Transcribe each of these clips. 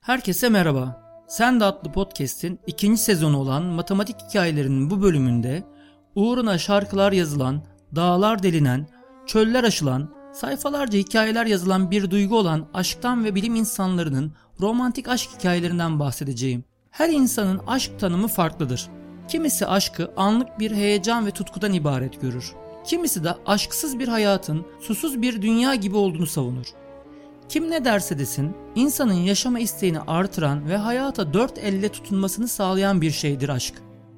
Herkese merhaba. Sen de adlı podcast'in ikinci sezonu olan matematik hikayelerinin bu bölümünde uğruna şarkılar yazılan, dağlar delinen, çöller aşılan, sayfalarca hikayeler yazılan bir duygu olan aşktan ve bilim insanlarının romantik aşk hikayelerinden bahsedeceğim. Her insanın aşk tanımı farklıdır. Kimisi aşkı anlık bir heyecan ve tutkudan ibaret görür. Kimisi de aşksız bir hayatın, susuz bir dünya gibi olduğunu savunur. Kim ne derse desin, insanın yaşama isteğini artıran ve hayata dört elle tutunmasını sağlayan bir şeydir aşk.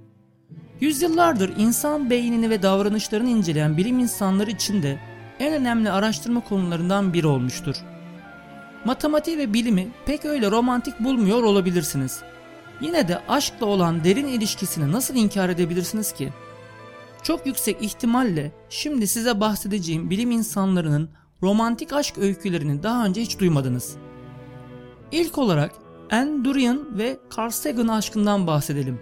Yüzyıllardır insan beynini ve davranışlarını inceleyen bilim insanları için de en önemli araştırma konularından biri olmuştur. Matematiği ve bilimi pek öyle romantik bulmuyor olabilirsiniz. Yine de aşkla olan derin ilişkisini nasıl inkar edebilirsiniz ki? Çok yüksek ihtimalle şimdi size bahsedeceğim bilim insanlarının romantik aşk öykülerini daha önce hiç duymadınız. İlk olarak Anne Durian ve Carl Sagan aşkından bahsedelim.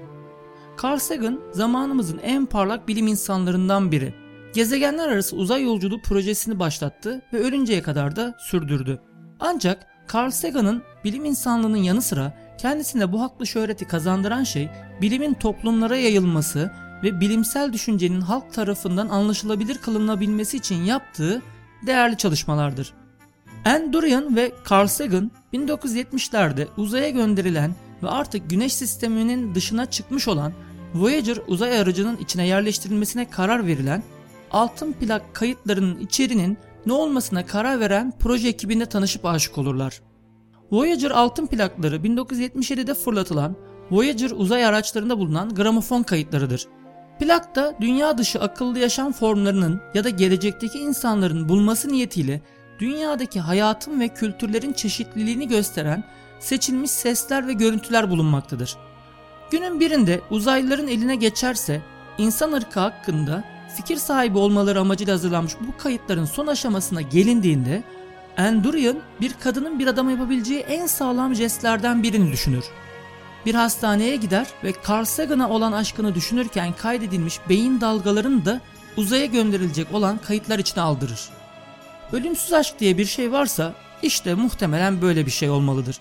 Carl Sagan zamanımızın en parlak bilim insanlarından biri. Gezegenler arası uzay yolculuğu projesini başlattı ve ölünceye kadar da sürdürdü. Ancak Carl Sagan'ın bilim insanlığının yanı sıra kendisine bu haklı şöhreti kazandıran şey bilimin toplumlara yayılması ve bilimsel düşüncenin halk tarafından anlaşılabilir kılınabilmesi için yaptığı değerli çalışmalardır. Anne Durian ve Carl Sagan 1970'lerde uzaya gönderilen ve artık Güneş sisteminin dışına çıkmış olan Voyager uzay aracının içine yerleştirilmesine karar verilen altın plak kayıtlarının içeriğinin ne olmasına karar veren proje ekibinde tanışıp aşık olurlar. Voyager altın plakları 1977'de fırlatılan Voyager uzay araçlarında bulunan gramofon kayıtlarıdır. Plakta dünya dışı akıllı yaşam formlarının ya da gelecekteki insanların bulması niyetiyle dünyadaki hayatın ve kültürlerin çeşitliliğini gösteren seçilmiş sesler ve görüntüler bulunmaktadır. Günün birinde uzaylıların eline geçerse insan ırkı hakkında fikir sahibi olmaları amacıyla hazırlanmış bu kayıtların son aşamasına gelindiğinde Anne Durian bir kadının bir adama yapabileceği en sağlam jestlerden birini düşünür. Bir hastaneye gider ve Carl Sagan'a olan aşkını düşünürken kaydedilmiş beyin dalgalarını da uzaya gönderilecek olan kayıtlar içine aldırır. Ölümsüz aşk diye bir şey varsa işte muhtemelen böyle bir şey olmalıdır.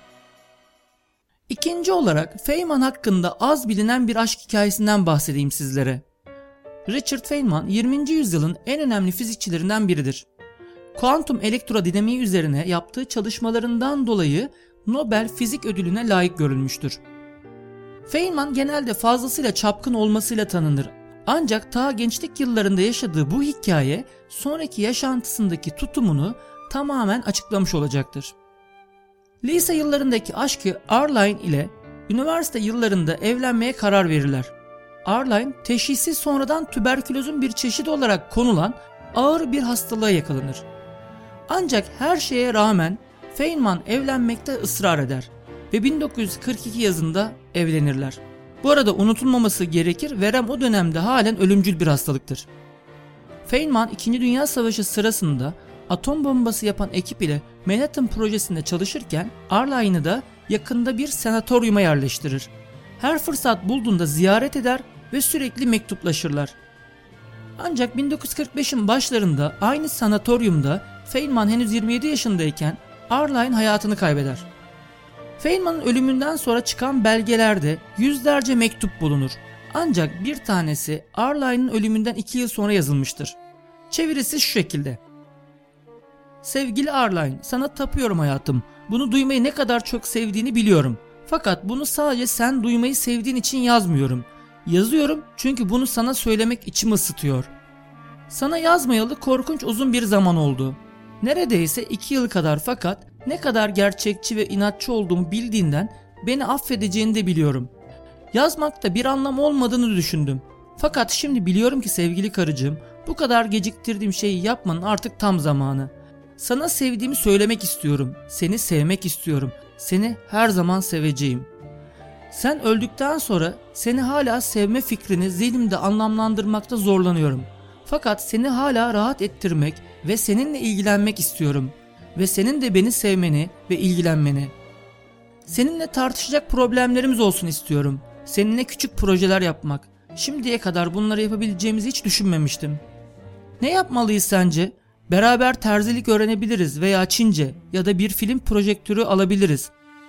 İkinci olarak Feynman hakkında az bilinen bir aşk hikayesinden bahsedeyim sizlere. Richard Feynman 20. yüzyılın en önemli fizikçilerinden biridir. Kuantum elektrodinamiği üzerine yaptığı çalışmalarından dolayı Nobel Fizik Ödülü'ne layık görülmüştür. Feynman genelde fazlasıyla çapkın olmasıyla tanınır. Ancak ta gençlik yıllarında yaşadığı bu hikaye sonraki yaşantısındaki tutumunu tamamen açıklamış olacaktır. Lise yıllarındaki aşkı Arline ile üniversite yıllarında evlenmeye karar verirler. Arline teşhisi sonradan tüberkülozun bir çeşidi olarak konulan ağır bir hastalığa yakalanır. Ancak her şeye rağmen Feynman evlenmekte ısrar eder ve 1942 yazında evlenirler. Bu arada unutulmaması gerekir, verem o dönemde halen ölümcül bir hastalıktır. Feynman 2. Dünya Savaşı sırasında atom bombası yapan ekip ile Manhattan projesinde çalışırken Arline'ı da yakında bir sanatoryuma yerleştirir. Her fırsat bulduğunda ziyaret eder ve sürekli mektuplaşırlar. Ancak 1945'in başlarında aynı sanatoryumda Feynman henüz 27 yaşındayken Arline hayatını kaybeder. Feynman'ın ölümünden sonra çıkan belgelerde yüzlerce mektup bulunur. Ancak bir tanesi Arline'ın ölümünden 2 yıl sonra yazılmıştır. Çevirisi şu şekilde: Sevgili Arline, sana tapıyorum hayatım. Bunu duymayı ne kadar çok sevdiğini biliyorum. Fakat bunu sadece sen duymayı sevdiğin için yazmıyorum. Yazıyorum çünkü bunu sana söylemek içimi ısıtıyor. Sana yazmayalı korkunç uzun bir zaman oldu. Neredeyse 2 yıl kadar, fakat ne kadar gerçekçi ve inatçı olduğumu bildiğinden beni affedeceğini de biliyorum. Yazmakta bir anlam olmadığını düşündüm. Fakat şimdi biliyorum ki sevgili karıcığım, bu kadar geciktirdiğim şeyi yapmanın artık tam zamanı. Sana sevdiğimi söylemek istiyorum. Seni sevmek istiyorum. Seni her zaman seveceğim. Sen öldükten sonra seni hala sevme fikrini zihnimde anlamlandırmakta zorlanıyorum. Fakat seni hala rahat ettirmek ve seninle ilgilenmek istiyorum. Ve senin de beni sevmeni ve ilgilenmeni. Seninle tartışacak problemlerimiz olsun istiyorum. Seninle küçük projeler yapmak. Şimdiye kadar bunları yapabileceğimizi hiç düşünmemiştim. Ne yapmalıyız sence? Beraber terzilik öğrenebiliriz veya Çince ya da bir film projektörü alabiliriz.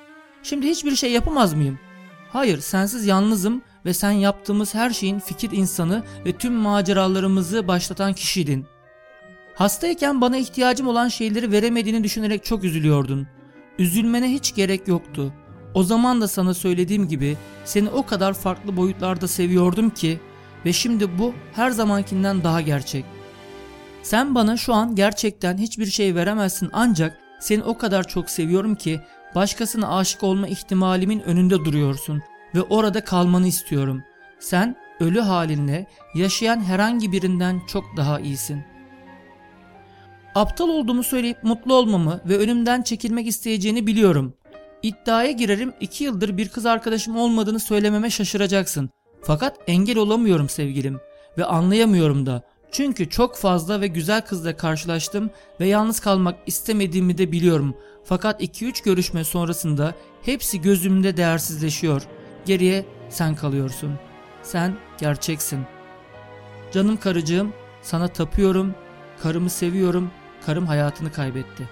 Şimdi hiçbir şey yapamaz mıyım? Hayır, sensiz yalnızım ve sen yaptığımız her şeyin fikir insanı ve tüm maceralarımızı başlatan kişiydin. Hastayken bana ihtiyacım olan şeyleri veremediğini düşünerek çok üzülüyordun. Üzülmene hiç gerek yoktu. O zaman da sana söylediğim gibi seni o kadar farklı boyutlarda seviyordum ki ve şimdi bu her zamankinden daha gerçek. Sen bana şu an gerçekten hiçbir şey veremezsin ancak seni o kadar çok seviyorum ki başkasına aşık olma ihtimalimin önünde duruyorsun ve orada kalmanı istiyorum. Sen ölü halinle yaşayan herhangi birinden çok daha iyisin. Aptal olduğumu söyleyip mutlu olmamı ve önümden çekilmek isteyeceğini biliyorum. İddiaya girerim 2 yıldır bir kız arkadaşım olmadığını söylememe şaşıracaksın. Fakat engel olamıyorum sevgilim ve anlayamıyorum da. Çünkü çok fazla ve güzel kızla karşılaştım ve yalnız kalmak istemediğimi de biliyorum. Fakat 2-3 görüşme sonrasında hepsi gözümde değersizleşiyor. Geriye sen kalıyorsun. Sen gerçeksin. Canım karıcığım, sana tapıyorum. Karımı seviyorum. Karım hayatını kaybetti.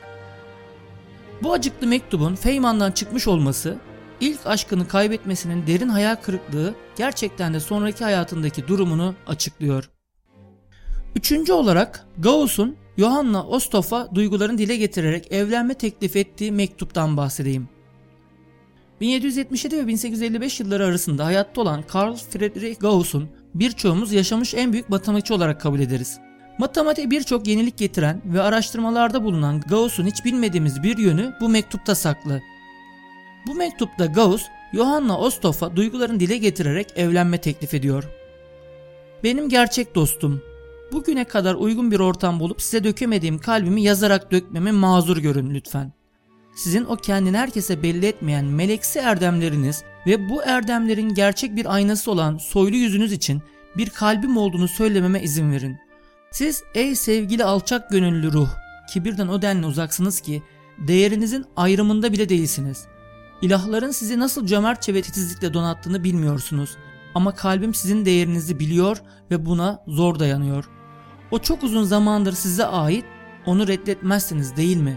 Bu acıklı mektubun Feynman'dan çıkmış olması, ilk aşkını kaybetmesinin derin hayal kırıklığı gerçekten de sonraki hayatındaki durumunu açıklıyor. Üçüncü olarak Gauss'un Johanna Osthoff'a duygularını dile getirerek evlenme teklif ettiği mektuptan bahsedeyim. 1777 ve 1855 yılları arasında hayatta olan Carl Friedrich Gauss'un birçoğumuz yaşamış en büyük matematikçi olarak kabul ederiz. Matematiğe birçok yenilik getiren ve araştırmalarda bulunan Gauss'un hiç bilmediğimiz bir yönü bu mektupta saklı. Bu mektupta Gauss, Johanna Osthoff'a duygularını dile getirerek evlenme teklif ediyor. Benim gerçek dostum, bugüne kadar uygun bir ortam bulup size dökemediğim kalbimi yazarak dökmemi mazur görün lütfen. Sizin o kendini herkese belli etmeyen meleksi erdemleriniz ve bu erdemlerin gerçek bir aynası olan soylu yüzünüz için bir kalbim olduğunu söylememe izin verin. Siz ey sevgili alçak gönüllü ruh, kibirden o denli uzaksınız ki değerinizin ayrımında bile değilsiniz. İlahların sizi nasıl cömertçe ve titizlikle donattığını bilmiyorsunuz ama kalbim sizin değerinizi biliyor ve buna zor dayanıyor. O çok uzun zamandır size ait, onu reddetmezsiniz değil mi?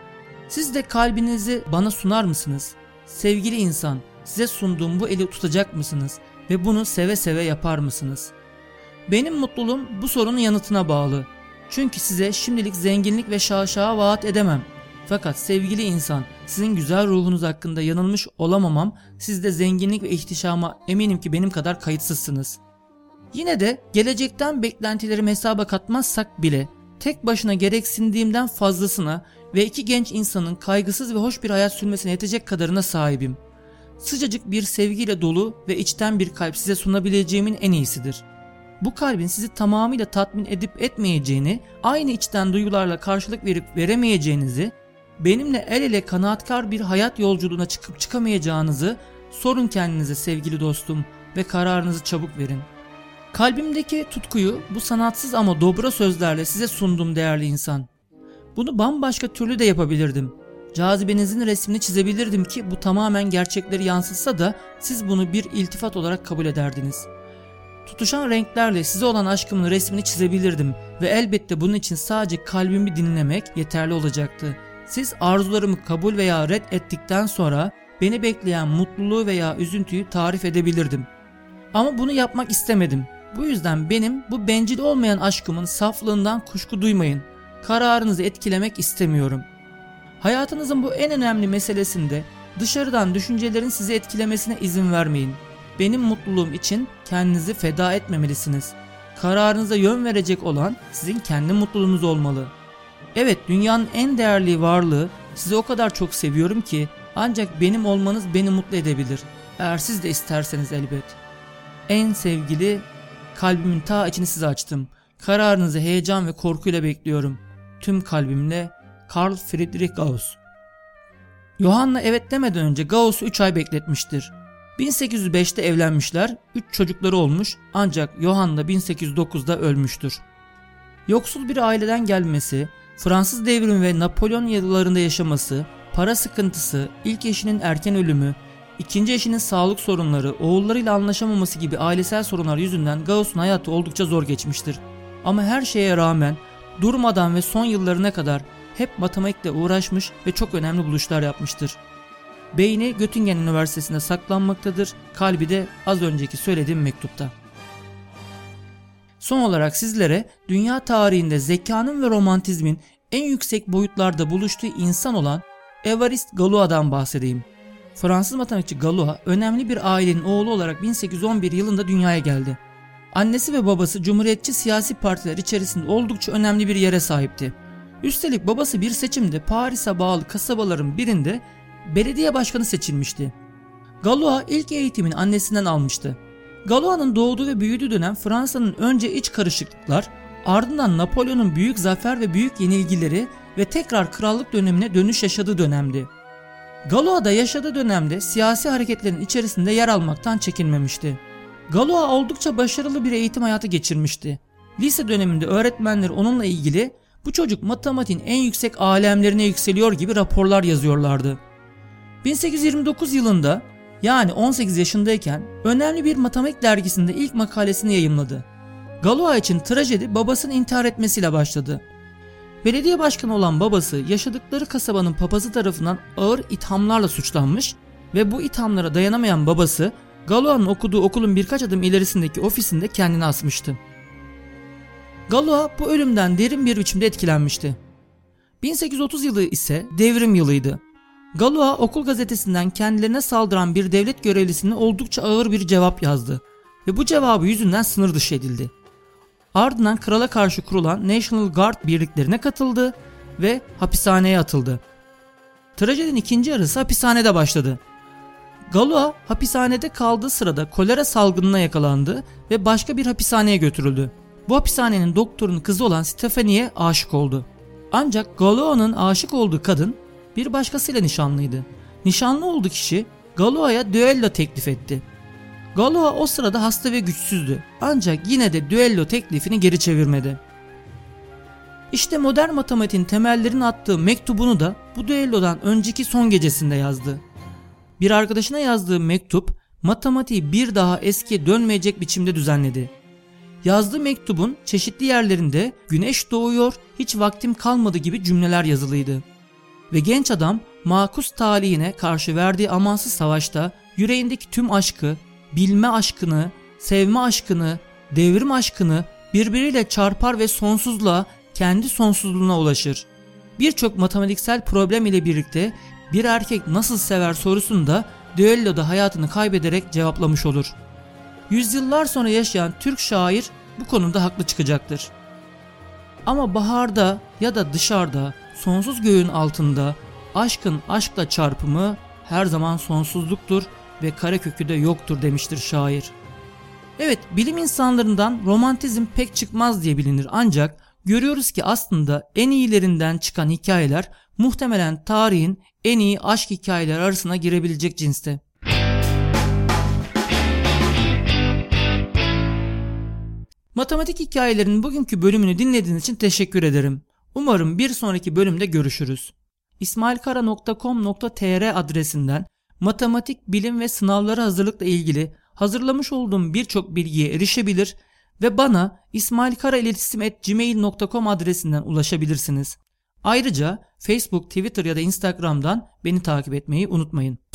Siz de kalbinizi bana sunar mısınız? Sevgili insan, size sunduğum bu eli tutacak mısınız ve bunu seve seve yapar mısınız? Benim mutluluğum bu sorunun yanıtına bağlı. Çünkü size şimdilik zenginlik ve şaşalı vaat edemem. Fakat sevgili insan, sizin güzel ruhunuz hakkında yanılmış olamamam, siz de zenginlik ve ihtişama eminim ki benim kadar kayıtsızsınız. Yine de gelecekten beklentilerimi hesaba katmazsak bile tek başına gereksindiğimden fazlasına ve 2 genç insanın kaygısız ve hoş bir hayat sürmesine yetecek kadarına sahibim. Sıcacık bir sevgiyle dolu ve içten bir kalp size sunabileceğimin en iyisidir. Bu kalbin sizi tamamıyla tatmin edip etmeyeceğini, aynı içten duygularla karşılık verip veremeyeceğinizi, benimle el ele kanaatkar bir hayat yolculuğuna çıkıp çıkamayacağınızı sorun kendinize sevgili dostum ve kararınızı çabuk verin. Kalbimdeki tutkuyu bu sanatsız ama dobra sözlerle size sundum değerli insan. Bunu bambaşka türlü de yapabilirdim. Cazibenizin resmini çizebilirdim ki bu tamamen gerçekleri yansıtsa da siz bunu bir iltifat olarak kabul ederdiniz. Tutuşan renklerle size olan aşkımın resmini çizebilirdim ve elbette bunun için sadece kalbimi dinlemek yeterli olacaktı. Siz arzularımı kabul veya red ettikten sonra beni bekleyen mutluluğu veya üzüntüyü tarif edebilirdim. Ama bunu yapmak istemedim. Bu yüzden benim bu bencil olmayan aşkımın saflığından kuşku duymayın. Kararınızı etkilemek istemiyorum. Hayatınızın bu en önemli meselesinde dışarıdan düşüncelerin sizi etkilemesine izin vermeyin. Benim mutluluğum için kendinizi feda etmemelisiniz. Kararınıza yön verecek olan sizin kendi mutluluğunuz olmalı. Evet, dünyanın en değerli varlığı, sizi o kadar çok seviyorum ki ancak benim olmanız beni mutlu edebilir. Eğer siz de isterseniz elbet. En sevgili, kalbimin ta içini size açtım. Kararınızı heyecan ve korkuyla bekliyorum. Tüm kalbimle. Carl Friedrich Gauss. Johanna evet demeden önce Gauss'u 3 ay bekletmiştir. 1805'te evlenmişler, 3 çocukları olmuş ancak Johanna 1809'da ölmüştür. Yoksul bir aileden gelmesi, Fransız devrimi ve Napolyon yıllarında yaşaması, para sıkıntısı, ilk eşinin erken ölümü, ikinci eşinin sağlık sorunları, oğullarıyla anlaşamaması gibi ailesel sorunlar yüzünden Gauss'un hayatı oldukça zor geçmiştir. Ama her şeye rağmen durmadan ve son yıllarına kadar hep matematikle uğraşmış ve çok önemli buluşlar yapmıştır. Beyni Göttingen Üniversitesi'nde saklanmaktadır. Kalbi de az önceki söylediğim mektupta. Son olarak sizlere dünya tarihinde zekanın ve romantizmin en yüksek boyutlarda buluştuğu insan olan Évariste Galois'dan bahsedeyim. Fransız matematikçi Galois önemli bir ailenin oğlu olarak 1811 yılında dünyaya geldi. Annesi ve babası cumhuriyetçi siyasi partiler içerisinde oldukça önemli bir yere sahipti. Üstelik babası bir seçimde Paris'e bağlı kasabaların birinde belediye başkanı seçilmişti. Galois ilk eğitimini annesinden almıştı. Galois'ın doğduğu ve büyüdüğü dönem Fransa'nın önce iç karışıklıklar, ardından Napolyon'un büyük zafer ve büyük yenilgileri ve tekrar krallık dönemine dönüş yaşadığı dönemdi. Galois da yaşadığı dönemde siyasi hareketlerin içerisinde yer almaktan çekinmemişti. Galois oldukça başarılı bir eğitim hayatı geçirmişti. Lise döneminde öğretmenleri onunla ilgili "Bu çocuk matematiğin en yüksek alemlerine yükseliyor" gibi raporlar yazıyorlardı. 1829 yılında, yani 18 yaşındayken önemli bir matematik dergisinde ilk makalesini yayımladı. Galois için trajedi babasının intihar etmesiyle başladı. Belediye başkanı olan babası yaşadıkları kasabanın papazı tarafından ağır ithamlarla suçlanmış ve bu ithamlara dayanamayan babası Galois'ın okuduğu okulun birkaç adım ilerisindeki ofisinde kendini asmıştı. Galois bu ölümden derin bir biçimde etkilenmişti. 1830 yılı ise devrim yılıydı. Galois okul gazetesinden kendilerine saldıran bir devlet görevlisine oldukça ağır bir cevap yazdı ve bu cevabı yüzünden sınır dışı edildi. Ardından krala karşı kurulan National Guard birliklerine katıldı ve hapishaneye atıldı. Trajedinin ikinci yarısı hapishanede başladı. Galois hapishanede kaldığı sırada kolera salgınına yakalandı ve başka bir hapishaneye götürüldü. Bu hapishanenin doktorunun kızı olan Stephanie'ye aşık oldu. Ancak Galois'ın aşık olduğu kadın bir başkasıyla nişanlıydı. Nişanlı olduğu kişi Galois'a düello teklif etti. Galois o sırada hasta ve güçsüzdü. Ancak yine de düello teklifini geri çevirmedi. İşte modern matematiğin temellerini attığı mektubunu da bu düellodan önceki son gecesinde yazdı. Bir arkadaşına yazdığı mektup matematiği bir daha eskiye dönmeyecek biçimde düzenledi. Yazdığı mektubun çeşitli yerlerinde "güneş doğuyor, hiç vaktim kalmadı" gibi cümleler yazılıydı. Ve genç adam makus talihine karşı verdiği amansız savaşta yüreğindeki tüm aşkı, bilme aşkını, sevme aşkını, devrim aşkını birbiriyle çarpar ve sonsuzluğa, kendi sonsuzluğuna ulaşır. Birçok matematiksel problem ile birlikte bir erkek nasıl sever sorusunu da düelloda hayatını kaybederek cevaplamış olur. Yüzyıllar sonra yaşayan Türk şair bu konuda haklı çıkacaktır. Ama baharda ya da dışarıda, sonsuz göğün altında aşkın aşkla çarpımı her zaman sonsuzluktur ve karekökü de yoktur demiştir şair. Evet, bilim insanlarından romantizm pek çıkmaz diye bilinir, ancak görüyoruz ki aslında en iyilerinden çıkan hikayeler muhtemelen tarihin en iyi aşk hikayeleri arasına girebilecek cinste. Matematik hikayelerinin bugünkü bölümünü dinlediğiniz için teşekkür ederim. Umarım bir sonraki bölümde görüşürüz. ismailkara.com.tr adresinden matematik, bilim ve sınavlara hazırlıkla ilgili hazırlamış olduğum birçok bilgiye erişebilir ve bana ismailkarailetişim@gmail.com adresinden ulaşabilirsiniz. Ayrıca Facebook, Twitter ya da Instagram'dan beni takip etmeyi unutmayın.